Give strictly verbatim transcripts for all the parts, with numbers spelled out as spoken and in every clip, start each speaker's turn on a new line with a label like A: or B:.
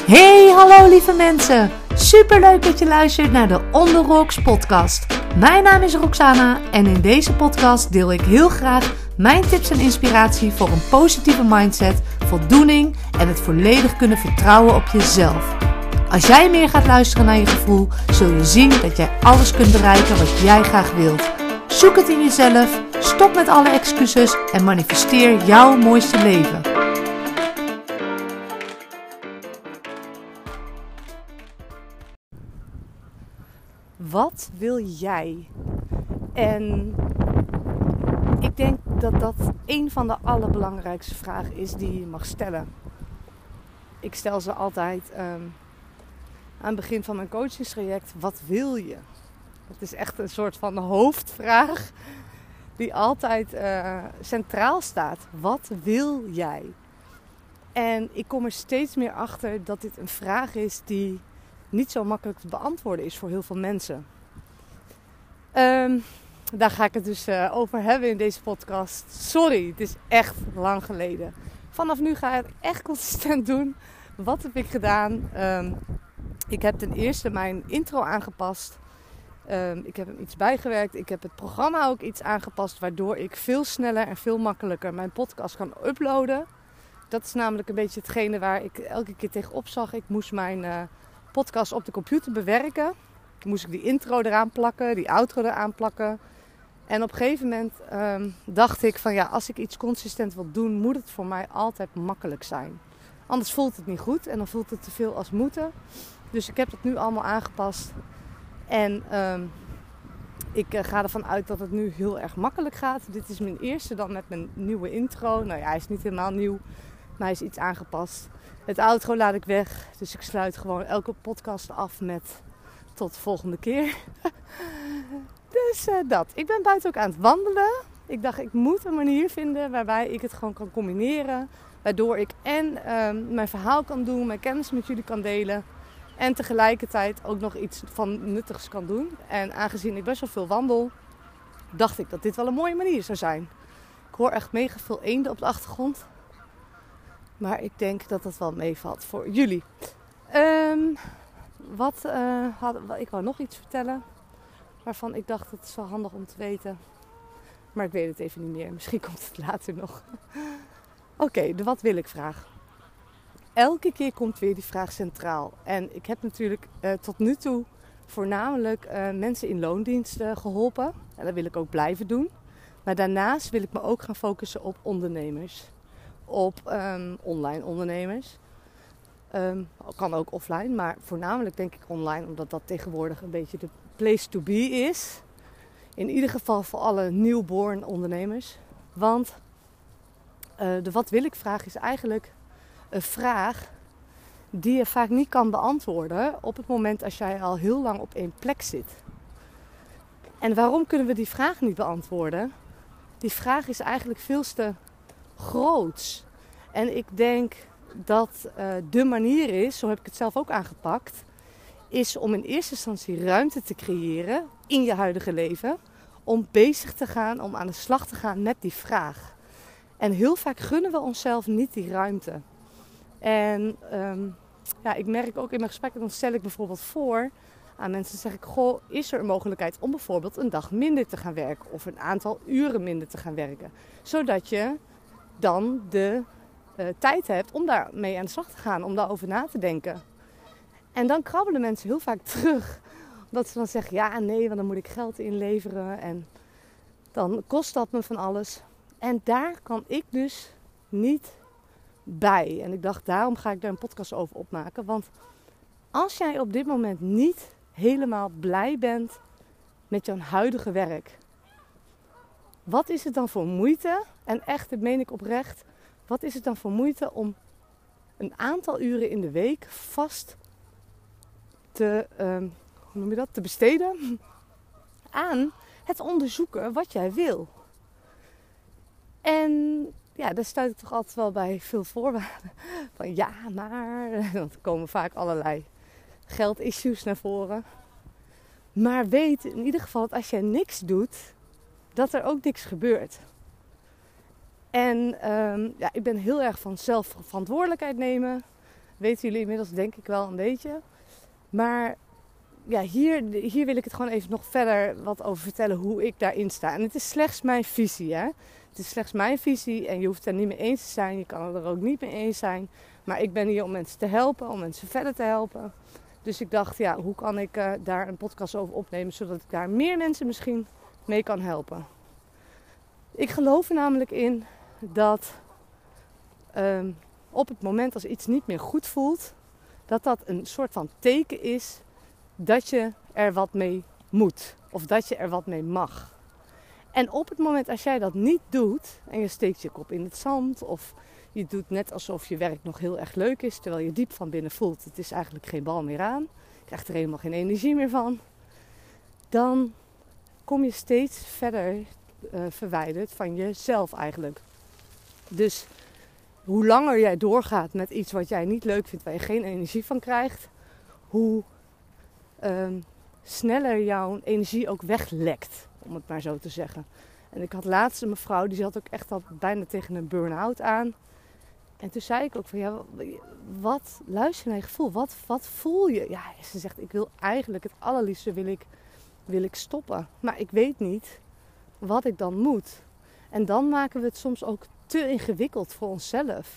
A: Hey, hallo lieve mensen. Superleuk dat je luistert naar de On The Rocks podcast. Mijn naam is Roxana en in deze podcast deel ik heel graag mijn tips en inspiratie voor een positieve mindset, voldoening en het volledig kunnen vertrouwen op jezelf. Als jij meer gaat luisteren naar je gevoel, zul je zien dat jij alles kunt bereiken wat jij graag wilt. Zoek het in jezelf, stop met alle excuses en manifesteer jouw mooiste leven. Wat wil jij? En ik denk dat dat een van de allerbelangrijkste vragen is die je mag stellen. Ik stel ze altijd um, aan het begin van mijn coachingstraject. Wat wil je? Dat is echt een soort van hoofdvraag die altijd uh, centraal staat. Wat wil jij? En ik kom er steeds meer achter dat dit een vraag is die niet zo makkelijk te beantwoorden is voor heel veel mensen. Um, daar ga ik het dus uh, over hebben in deze podcast. Sorry, het is echt lang geleden. Vanaf nu ga ik het echt consistent doen. Wat heb ik gedaan? Um, ik heb ten eerste mijn intro aangepast. Um, ik heb hem iets bijgewerkt. Ik heb het programma ook iets aangepast, waardoor ik veel sneller en veel makkelijker mijn podcast kan uploaden. Dat is namelijk een beetje hetgene waar ik elke keer tegenop zag. Ik moest mijn uh, podcast op de computer bewerken. Dan moest ik die intro eraan plakken, die outro eraan plakken. En op een gegeven moment um, dacht ik van ja, als ik iets consistent wil doen, moet het voor mij altijd makkelijk zijn. Anders voelt het niet goed en dan voelt het te veel als moeten. Dus ik heb dat nu allemaal aangepast. En um, ik uh, ga ervan uit dat het nu heel erg makkelijk gaat. Dit is mijn eerste dan met mijn nieuwe intro. Nou ja, hij is niet helemaal nieuw, maar hij is iets aangepast. Het outro laat ik weg. Dus ik sluit gewoon elke podcast af met tot de volgende keer. Dus uh, dat. Ik ben buiten ook aan het wandelen. Ik dacht, ik moet een manier vinden waarbij ik het gewoon kan combineren. Waardoor ik en um, mijn verhaal kan doen, mijn kennis met jullie kan delen. En tegelijkertijd ook nog iets van nuttigs kan doen. En aangezien ik best wel veel wandel, dacht ik dat dit wel een mooie manier zou zijn. Ik hoor echt mega veel eenden op de achtergrond. Maar ik denk dat dat wel meevalt voor jullie. Um, wat, uh, had, ik wou nog iets vertellen. Waarvan ik dacht, dat is wel handig om te weten. Maar ik weet het even niet meer. Misschien komt het later nog. Oké, okay, de wat wil ik vraag. Elke keer komt weer die vraag centraal. En ik heb natuurlijk uh, tot nu toe voornamelijk uh, mensen in loondienst uh, geholpen. En dat wil ik ook blijven doen. Maar daarnaast wil ik me ook gaan focussen op ondernemers. Op um, online ondernemers. Um, kan ook offline, maar voornamelijk denk ik online. Omdat dat tegenwoordig een beetje de place to be is. In ieder geval voor alle newborn ondernemers. Want uh, de wat wil ik vraag is eigenlijk een vraag die je vaak niet kan beantwoorden op het moment als jij al heel lang op één plek zit. En waarom kunnen we die vraag niet beantwoorden? Die vraag is eigenlijk veel te groots. En ik denk dat uh, de manier is, zo heb ik het zelf ook aangepakt, is om in eerste instantie ruimte te creëren in je huidige leven. Om bezig te gaan, om aan de slag te gaan met die vraag. En heel vaak gunnen we onszelf niet die ruimte. En um, ja, ik merk ook in mijn gesprekken, dan stel ik bijvoorbeeld voor aan mensen, zeg ik, goh, is er een mogelijkheid om bijvoorbeeld een dag minder te gaan werken of een aantal uren minder te gaan werken. Zodat je dan de uh, tijd hebt om daarmee aan de slag te gaan, om daarover na te denken. En dan krabbelen mensen heel vaak terug. Omdat ze dan zeggen, ja nee, want dan moet ik geld inleveren en dan kost dat me van alles. En daar kan ik dus niet bij. En ik dacht, daarom ga ik daar een podcast over opmaken. Want als jij op dit moment niet helemaal blij bent met jouw huidige werk. Wat is het dan voor moeite? En echt, dat meen ik oprecht. Wat is het dan voor moeite om een aantal uren in de week vast te, um, hoe noem je dat, te besteden aan het onderzoeken wat jij wil? En ja, daar stuit ik toch altijd wel bij veel voorwaarden. Van ja, maar... Dan komen vaak allerlei geldissues naar voren. Maar weet in ieder geval dat als jij niks doet, dat er ook niks gebeurt. En um, ja, ik ben heel erg van zelf verantwoordelijkheid nemen. weten jullie inmiddels denk ik wel een beetje. Maar ja, hier, hier wil ik het gewoon even nog verder wat over vertellen hoe ik daarin sta. En het is slechts mijn visie, hè. Het is slechts mijn visie en je hoeft het er niet mee eens te zijn. Je kan het er ook niet mee eens zijn. Maar ik ben hier om mensen te helpen, om mensen verder te helpen. Dus ik dacht, ja, hoe kan ik uh, daar een podcast over opnemen, zodat ik daar meer mensen misschien mee kan helpen. Ik geloof er namelijk in dat um, op het moment als iets niet meer goed voelt, dat dat een soort van teken is dat je er wat mee moet. Of dat je er wat mee mag. En op het moment als jij dat niet doet en je steekt je kop in het zand of je doet net alsof je werk nog heel erg leuk is, terwijl je diep van binnen voelt, het is eigenlijk geen bal meer aan, je krijgt er helemaal geen energie meer van, dan kom je steeds verder uh, verwijderd van jezelf eigenlijk. Dus hoe langer jij doorgaat met iets wat jij niet leuk vindt, waar je geen energie van krijgt, hoe um, sneller jouw energie ook weglekt, om het maar zo te zeggen. En ik had laatst een mevrouw, die zat ook echt al bijna tegen een burn-out aan. En toen zei ik ook van, ja, wat, luister naar je gevoel, wat, wat voel je? Ja, ze zegt, ik wil eigenlijk het allerliefste wil ik, wil ik stoppen. Maar ik weet niet wat ik dan moet. En dan maken we het soms ook te ingewikkeld voor onszelf.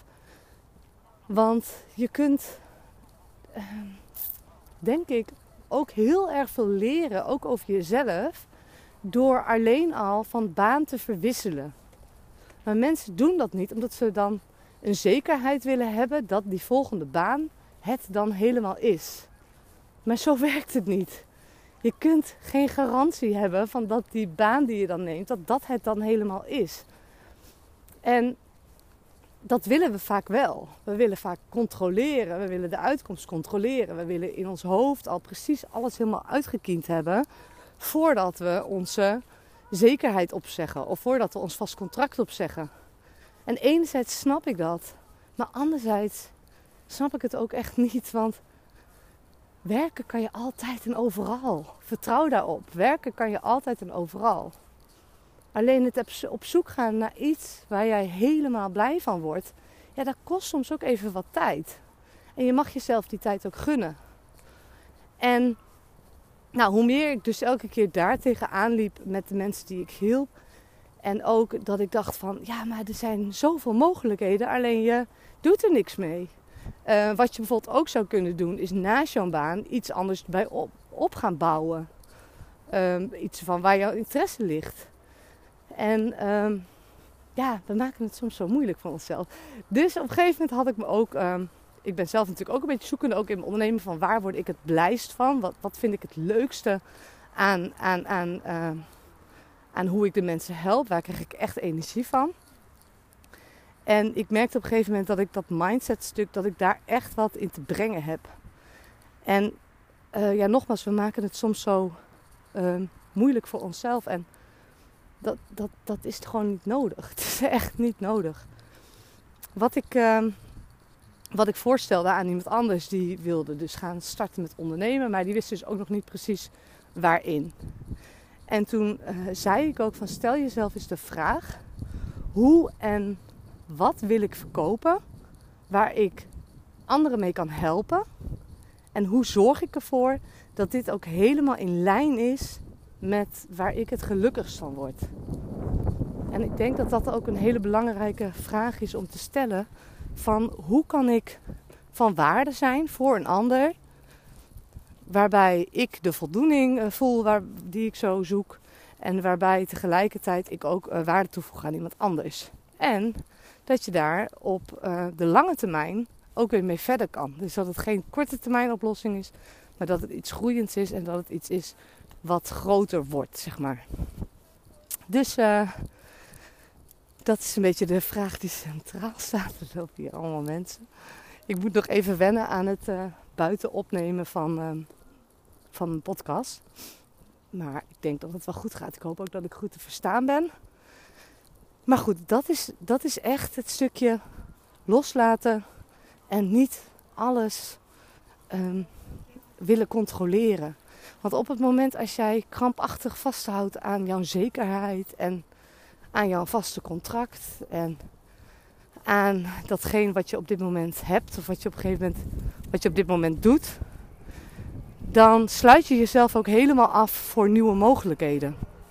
A: Want je kunt, eh, denk ik, ook heel erg veel leren, ook over jezelf, door alleen al van baan te verwisselen. Maar mensen doen dat niet, omdat ze dan een zekerheid willen hebben dat die volgende baan het dan helemaal is. Maar zo werkt het niet. Je kunt geen garantie hebben van dat die baan die je dan neemt, dat dat het dan helemaal is. En dat willen we vaak wel. We willen vaak controleren. We willen de uitkomst controleren. We willen in ons hoofd al precies alles helemaal uitgekiend hebben voordat we onze zekerheid opzeggen of voordat we ons vast contract opzeggen. En enerzijds snap ik dat, maar anderzijds snap ik het ook echt niet, want werken kan je altijd en overal. Vertrouw daarop. Werken kan je altijd en overal. Alleen het op zoek gaan naar iets waar jij helemaal blij van wordt, ja, dat kost soms ook even wat tijd. En je mag jezelf die tijd ook gunnen. En nou, hoe meer ik dus elke keer daar tegenaan liep met de mensen die ik hielp. En ook dat ik dacht van, ja, maar er zijn zoveel mogelijkheden, alleen je doet er niks mee. Uh, wat je bijvoorbeeld ook zou kunnen doen, is naast jouw baan iets anders bij op, op gaan bouwen. Um, iets van waar jouw interesse ligt. En um, ja, we maken het soms zo moeilijk voor onszelf. Dus op een gegeven moment had ik me ook... Um, ik ben zelf natuurlijk ook een beetje zoekende, ook in mijn ondernemen, van waar word ik het blijst van? Wat, wat vind ik het leukste aan, aan, aan, uh, aan hoe ik de mensen help? Waar krijg ik echt energie van? En ik merkte op een gegeven moment dat ik dat mindset stuk, dat ik daar echt wat in te brengen heb. En uh, ja, nogmaals, we maken het soms zo uh, moeilijk voor onszelf. En dat, dat, dat is gewoon niet nodig. Het is echt niet nodig. Wat ik, uh, wat ik voorstelde aan iemand anders, die wilde dus gaan starten met ondernemen. Maar die wist dus ook nog niet precies waarin. En toen uh, zei ik ook van, stel jezelf eens de vraag, hoe en wat wil ik verkopen waar ik anderen mee kan helpen? En hoe zorg ik ervoor dat dit ook helemaal in lijn is met waar ik het gelukkigst van word? En ik denk dat dat ook een hele belangrijke vraag is om te stellen. Van hoe kan ik van waarde zijn voor een ander, waarbij ik de voldoening voel waar, die ik zo zoek. En waarbij tegelijkertijd ik ook uh, waarde toevoeg aan iemand anders. En dat je daar op uh, de lange termijn ook weer mee verder kan. Dus dat het geen korte termijn oplossing is, maar dat het iets groeiends is en dat het iets is wat groter wordt, zeg maar. Dus uh, dat is een beetje de vraag die centraal staat. Er lopen hier allemaal mensen. Ik moet nog even wennen aan het uh, buiten opnemen van, uh, van een podcast. Maar ik denk dat het wel goed gaat. Ik hoop ook dat ik goed te verstaan ben. Maar goed, dat is, dat is echt het stukje loslaten en niet alles um, willen controleren. Want op het moment als jij krampachtig vasthoudt aan jouw zekerheid en aan jouw vaste contract en aan datgene wat je op dit moment hebt. Of wat je op een gegeven moment, wat je op dit moment doet. Dan sluit je jezelf ook helemaal af voor nieuwe mogelijkheden.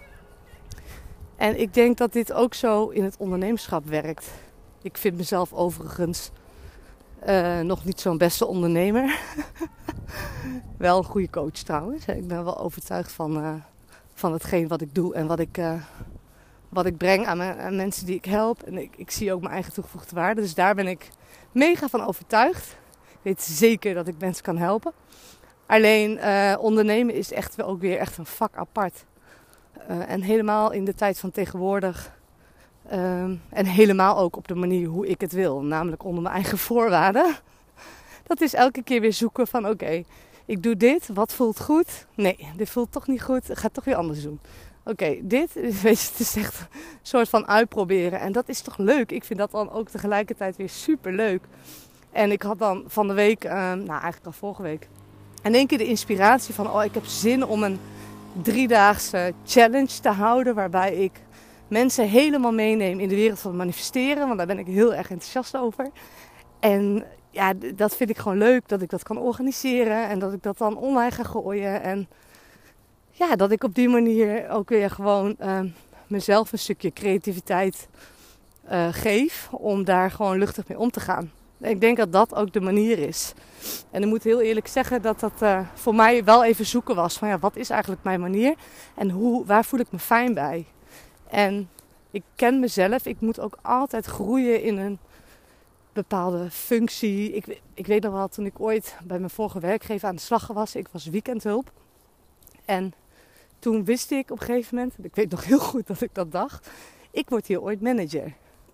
A: En ik denk dat dit ook zo in het ondernemerschap werkt. Ik vind mezelf overigens uh, nog niet zo'n beste ondernemer. Wel een goede coach trouwens. Ik ben wel overtuigd van, uh, van hetgeen wat ik doe en wat ik, uh, wat ik breng aan, mijn, aan mensen die ik help. En ik, ik zie ook mijn eigen toegevoegde waarde. Dus daar ben ik mega van overtuigd. Ik weet zeker dat ik mensen kan helpen. Alleen uh, ondernemen is echt wel ook weer echt een vak apart. Uh, en helemaal in de tijd van tegenwoordig. Uh, en helemaal ook op de manier hoe ik het wil. Namelijk onder mijn eigen voorwaarden. Dat is elke keer weer zoeken van oké, okay, ik doe dit. Wat voelt goed? Nee, dit voelt toch niet goed. Ik ga het toch weer anders doen. Oké, okay, dit weet je, het is echt een soort van uitproberen. En dat is toch leuk. Ik vind dat dan ook tegelijkertijd weer super leuk. En ik had dan van de week, uh, nou eigenlijk al vorige week. In één keer de inspiratie van oh, ik heb zin om een driedaagse challenge te houden. Waarbij ik mensen helemaal meeneem in de wereld van het manifesteren. Want daar ben ik heel erg enthousiast over. En ja, dat vind ik gewoon leuk. Dat ik dat kan organiseren. En dat ik dat dan online ga gooien. En ja, dat ik op die manier ook weer gewoon uh, mezelf een stukje creativiteit uh, geef. Om daar gewoon luchtig mee om te gaan. Ik denk dat dat ook de manier is. En ik moet heel eerlijk zeggen dat dat uh, voor mij wel even zoeken was. Van ja, wat is eigenlijk mijn manier? En hoe, waar voel ik me fijn bij? En ik ken mezelf. Ik moet ook altijd groeien in een bepaalde functie. Ik, ik weet nog wel, toen ik ooit bij mijn vorige werkgever aan de slag was. Ik was weekendhulp. En toen wist ik op een gegeven moment. Ik weet nog heel goed dat ik dat dacht. Ik word hier ooit manager.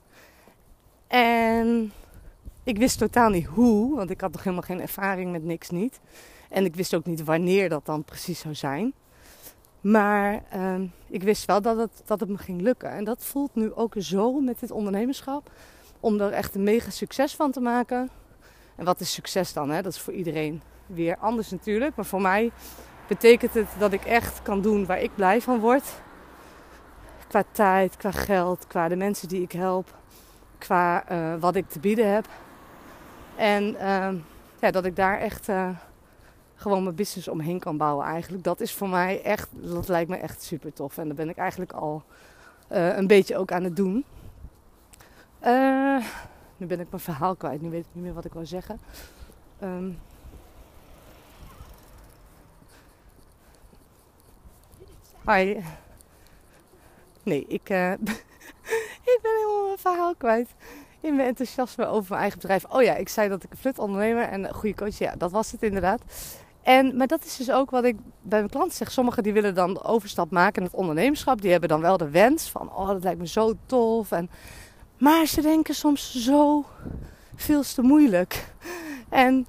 A: En ik wist totaal niet hoe, want ik had nog helemaal geen ervaring met niks niet. En ik wist ook niet wanneer dat dan precies zou zijn. Maar uh, ik wist wel dat het, dat het me ging lukken. En dat voelt nu ook zo met dit ondernemerschap. Om er echt een mega succes van te maken. En wat is succes dan? Hè? Dat is voor iedereen weer anders natuurlijk. Maar voor mij betekent het dat ik echt kan doen waar ik blij van word. Qua tijd, qua geld, qua de mensen die ik help. Qua uh, wat ik te bieden heb. En uh, ja, dat ik daar echt uh, gewoon mijn business omheen kan bouwen eigenlijk. Dat is voor mij echt, dat lijkt me echt super tof. En dat ben ik eigenlijk al uh, een beetje ook aan het doen. Uh, nu ben ik mijn verhaal kwijt. Nu weet ik niet meer wat ik wil zeggen. Um, Hi. Nee, ik, uh, ik ben helemaal mijn verhaal kwijt. In mijn enthousiasme over mijn eigen bedrijf. Oh ja, ik zei dat ik een flutondernemer en een goede coach. Ja, dat was het inderdaad. En, maar dat is dus ook wat ik bij mijn klanten zeg. Sommigen die willen dan de overstap maken in het ondernemerschap. Die hebben dan wel de wens van, oh dat lijkt me zo tof. En, maar ze denken soms zo veel te moeilijk. En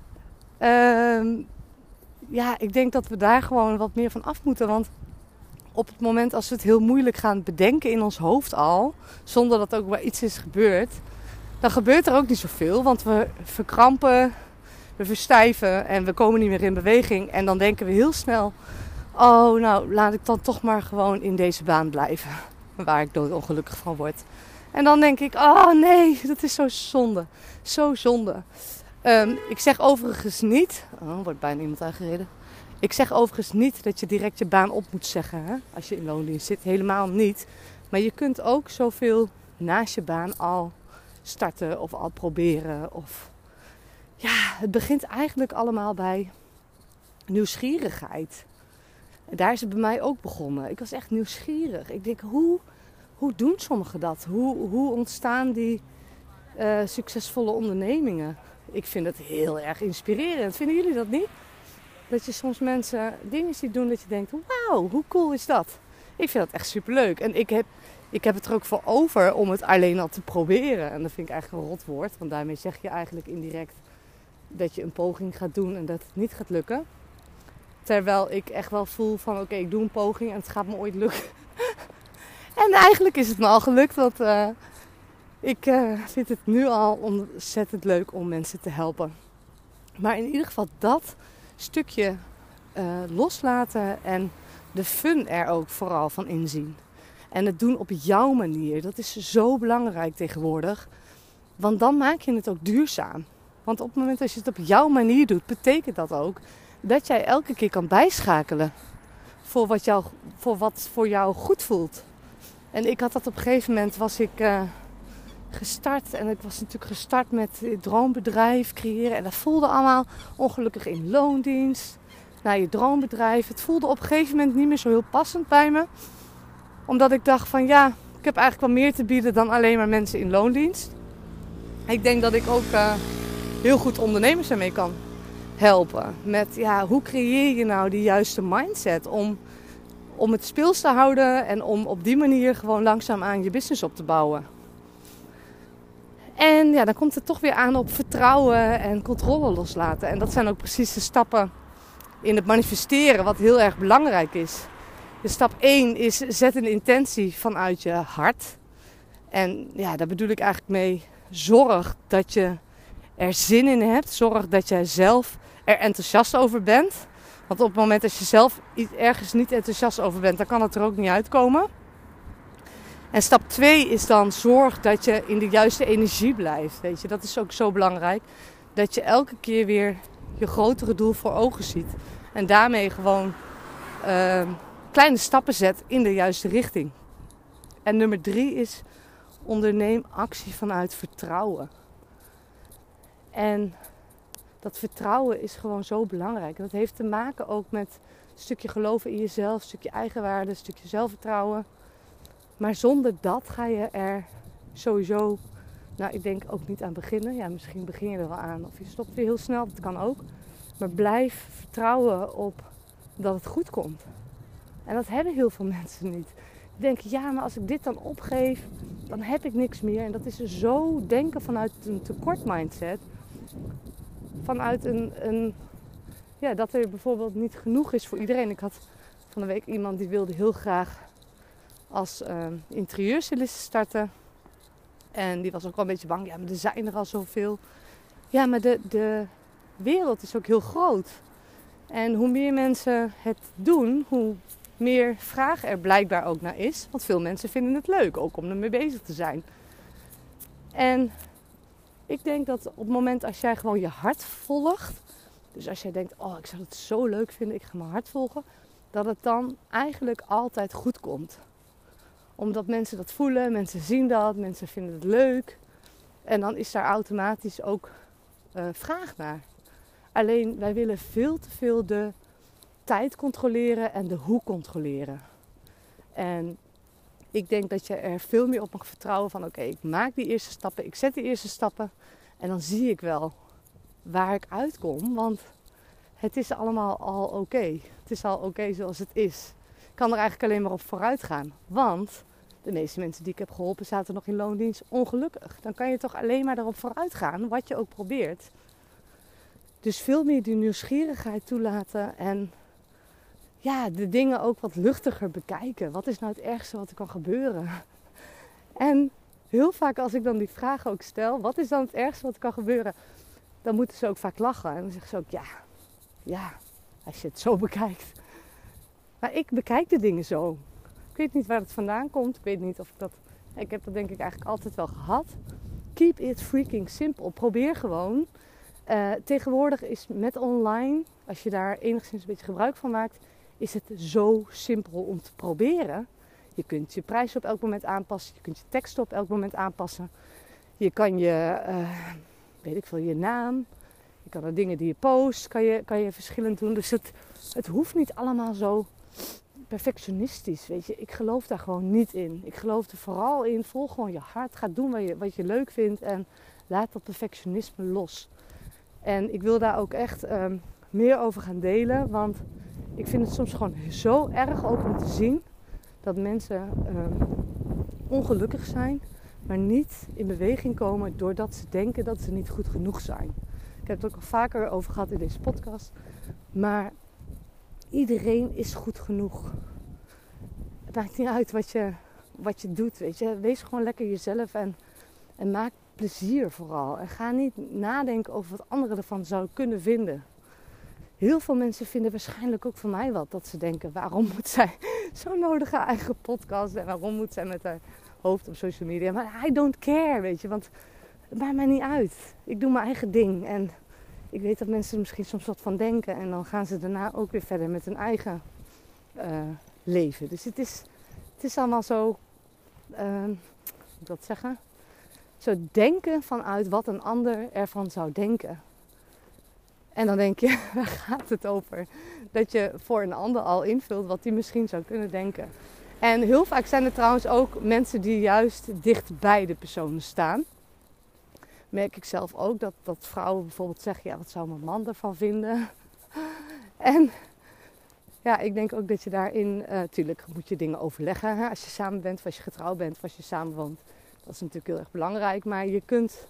A: uh, ja, ik denk dat we daar gewoon wat meer van af moeten. Want op het moment als we het heel moeilijk gaan bedenken in ons hoofd al, zonder dat ook maar iets is gebeurd, dan gebeurt er ook niet zoveel. Want we verkrampen, we verstijven en we komen niet meer in beweging. En dan denken we heel snel, oh nou laat ik dan toch maar gewoon in deze baan blijven. Waar ik doodongelukkig van word. En dan denk ik, oh nee, dat is zo zonde. Zo zonde. Um, ik zeg overigens niet, oh, er wordt bijna iemand aangereden. Ik zeg overigens niet dat je direct je baan op moet zeggen, hè? Als je in loondienst zit. Helemaal niet. Maar je kunt ook zoveel naast je baan al starten of al proberen. Of ja, het begint eigenlijk allemaal bij nieuwsgierigheid. En daar is het bij mij ook begonnen. Ik was echt nieuwsgierig. Ik denk, hoe, hoe doen sommigen dat? Hoe, hoe ontstaan die uh, succesvolle ondernemingen? Ik vind het heel erg inspirerend. Vinden jullie dat niet? Dat je soms mensen dingen ziet doen dat je denkt, wauw, hoe cool is dat? Ik vind dat echt superleuk. En ik heb, ik heb het er ook voor over om het alleen al te proberen. En dat vind ik eigenlijk een rot woord. Want daarmee zeg je eigenlijk indirect dat je een poging gaat doen en dat het niet gaat lukken. Terwijl ik echt wel voel van, oké, okay, ik doe een poging en het gaat me ooit lukken. En eigenlijk is het me al gelukt. Want uh, ik uh, vind het nu al ontzettend leuk om mensen te helpen. Maar in ieder geval dat stukje uh, loslaten en de fun er ook vooral van inzien. En het doen op jouw manier. Dat is zo belangrijk tegenwoordig. Want dan maak je het ook duurzaam. Want op het moment dat je het op jouw manier doet, betekent dat ook dat jij elke keer kan bijschakelen voor wat, jou, voor, wat voor jou goed voelt. En ik had dat op een gegeven moment, was ik uh, gestart. En ik was natuurlijk gestart met het droombedrijf creëren. En dat voelde allemaal ongelukkig in loondienst. Naar je droombedrijf. Het voelde op een gegeven moment niet meer zo heel passend bij me. Omdat ik dacht van ja, ik heb eigenlijk wel meer te bieden dan alleen maar mensen in loondienst. Ik denk dat ik ook uh, heel goed ondernemers ermee kan helpen. Met ja, hoe creëer je nou die juiste mindset om, om het speels te houden. En om op die manier gewoon langzaamaan je business op te bouwen. En ja, dan komt het toch weer aan op vertrouwen en controle loslaten. En dat zijn ook precies de stappen in het manifesteren wat heel erg belangrijk is. Dus stap één is zet een intentie vanuit je hart. En ja, daar bedoel ik eigenlijk mee. Zorg dat je er zin in hebt. Zorg dat jij zelf er enthousiast over bent. Want op het moment dat je zelf ergens niet enthousiast over bent, dan kan het er ook niet uitkomen. En stap twee is dan zorg dat je in de juiste energie blijft. Weet je, dat is ook zo belangrijk. Dat je elke keer weer je grotere doel voor ogen ziet. En daarmee gewoon uh, kleine stappen zet in de juiste richting. En nummer drie is onderneem actie vanuit vertrouwen. En dat vertrouwen is gewoon zo belangrijk. En dat heeft te maken ook met een stukje geloven in jezelf, een stukje eigenwaarde, een stukje zelfvertrouwen. Maar zonder dat ga je er sowieso, nou ik denk ook niet aan beginnen. Ja, misschien begin je er wel aan of je stopt weer heel snel, dat kan ook. Maar blijf vertrouwen op dat het goed komt. En dat hebben heel veel mensen niet. Die denken, ja, maar als ik dit dan opgeef, dan heb ik niks meer. En dat is zo denken vanuit een tekort mindset. Vanuit een, een ja, dat er bijvoorbeeld niet genoeg is voor iedereen. Ik had van de week iemand die wilde heel graag als uh, interieurstyliste starten. En die was ook wel een beetje bang. Ja, maar er zijn er al zoveel. Ja, maar de, de wereld is ook heel groot. En hoe meer mensen het doen, hoe meer vraag er blijkbaar ook naar is. Want veel mensen vinden het leuk, ook om ermee bezig te zijn. En ik denk dat op het moment als jij gewoon je hart volgt. Dus als jij denkt, oh ik zou het zo leuk vinden, ik ga mijn hart volgen. Dat het dan eigenlijk altijd goed komt. Omdat mensen dat voelen, mensen zien dat, mensen vinden het leuk. En dan is daar automatisch ook uh, vraag naar. Alleen wij willen veel te veel de tijd controleren en de hoe controleren. En ik denk dat je er veel meer op mag vertrouwen van oké, okay, ik maak die eerste stappen, ik zet die eerste stappen. En dan zie ik wel waar ik uitkom, want het is allemaal al oké. Okay. Het is al oké okay zoals het is. Ik kan er eigenlijk alleen maar op vooruit gaan, want de meeste mensen die ik heb geholpen zaten nog in loondienst ongelukkig. Dan kan je toch alleen maar erop vooruit gaan, wat je ook probeert. Dus veel meer die nieuwsgierigheid toelaten en ja, de dingen ook wat luchtiger bekijken. Wat is nou het ergste wat er kan gebeuren? En heel vaak als ik dan die vraag ook stel, wat is dan het ergste wat er kan gebeuren? Dan moeten ze ook vaak lachen. En dan zeggen ze ook, ja, ja, als je het zo bekijkt. Maar ik bekijk de dingen zo. Ik weet niet waar het vandaan komt. Ik weet niet of ik dat... Ik heb dat denk ik eigenlijk altijd wel gehad. Keep it freaking simple. Probeer gewoon. Uh, tegenwoordig is met online, als je daar enigszins een beetje gebruik van maakt, is het zo simpel om te proberen. Je kunt je prijs op elk moment aanpassen. Je kunt je teksten op elk moment aanpassen. Je kan je, uh, weet ik veel, je naam. Je kan de dingen die je post, kan je, kan je verschillend doen. Dus het, het hoeft niet allemaal zo perfectionistisch, weet je. Ik geloof daar gewoon niet in. Ik geloof er vooral in. Volg gewoon je hart. Ga doen wat je, wat je leuk vindt. En laat dat perfectionisme los. En ik wil daar ook echt um, meer over gaan delen. Want ik vind het soms gewoon zo erg ook om te zien dat mensen um, ongelukkig zijn, maar niet in beweging komen doordat ze denken dat ze niet goed genoeg zijn. Ik heb het ook al vaker over gehad in deze podcast. Maar iedereen is goed genoeg. Het maakt niet uit wat je, wat je doet, weet je. Wees gewoon lekker jezelf en, en maak plezier vooral. En ga niet nadenken over wat anderen ervan zouden kunnen vinden. Heel veel mensen vinden waarschijnlijk ook van mij wat. Dat ze denken, waarom moet zij zo'n nodige eigen podcast en waarom moet zij met haar hoofd op social media. Maar I don't care, weet je. Want Het maakt mij niet uit. Ik doe mijn eigen ding. En ik weet dat mensen er misschien soms wat van denken. En dan gaan ze daarna ook weer verder met hun eigen uh, leven. Dus het is, het is allemaal zo, uh, hoe moet ik dat zeggen? Zo denken vanuit wat een ander ervan zou denken. En dan denk je, waar gaat het over? Dat je voor een ander al invult wat die misschien zou kunnen denken. En heel vaak zijn er trouwens ook mensen die juist dicht bij de personen staan. Merk ik zelf ook dat, dat vrouwen bijvoorbeeld zeggen, ja, wat zou mijn man ervan vinden? En ja, ik denk ook dat je daarin, uh, tuurlijk moet je dingen overleggen. Hè? Als je samen bent, of als je getrouwd bent, of als je samen woont. Dat is natuurlijk heel erg belangrijk. Maar je kunt,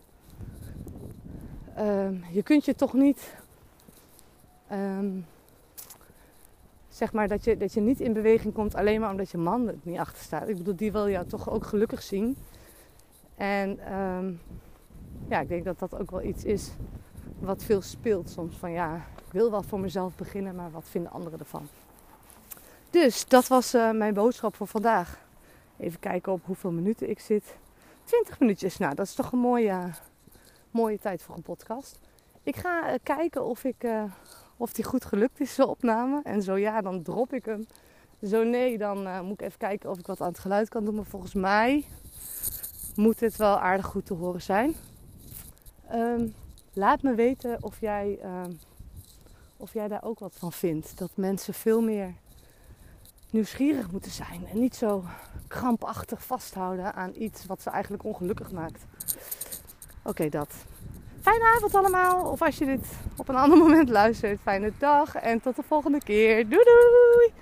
A: uh, je kunt je toch niet, um, zeg maar dat je, dat je niet in beweging komt alleen maar omdat je man er niet achter staat. Ik bedoel, die wil jou toch ook gelukkig zien. En um, ja, ik denk dat dat ook wel iets is wat veel speelt soms. Van ja, ik wil wel voor mezelf beginnen, maar wat vinden anderen ervan? Dus dat was uh, mijn boodschap voor vandaag. Even kijken op hoeveel minuten ik zit. twintig minuutjes, nou dat is toch een mooie, mooie tijd voor een podcast. Ik ga uh, kijken of, ik, uh, of die goed gelukt is, de opname. En zo ja, dan drop ik hem. Zo nee, dan uh, moet ik even kijken of ik wat aan het geluid kan doen. Maar volgens mij moet het wel aardig goed te horen zijn. Um, laat me weten of jij, um, of jij daar ook wat van vindt. Dat mensen veel meer nieuwsgierig moeten zijn. En niet zo krampachtig vasthouden aan iets wat ze eigenlijk ongelukkig maakt. Oké, okay, dat. Fijne avond allemaal. Of als je dit op een ander moment luistert. Fijne dag en tot de volgende keer. Doei doei!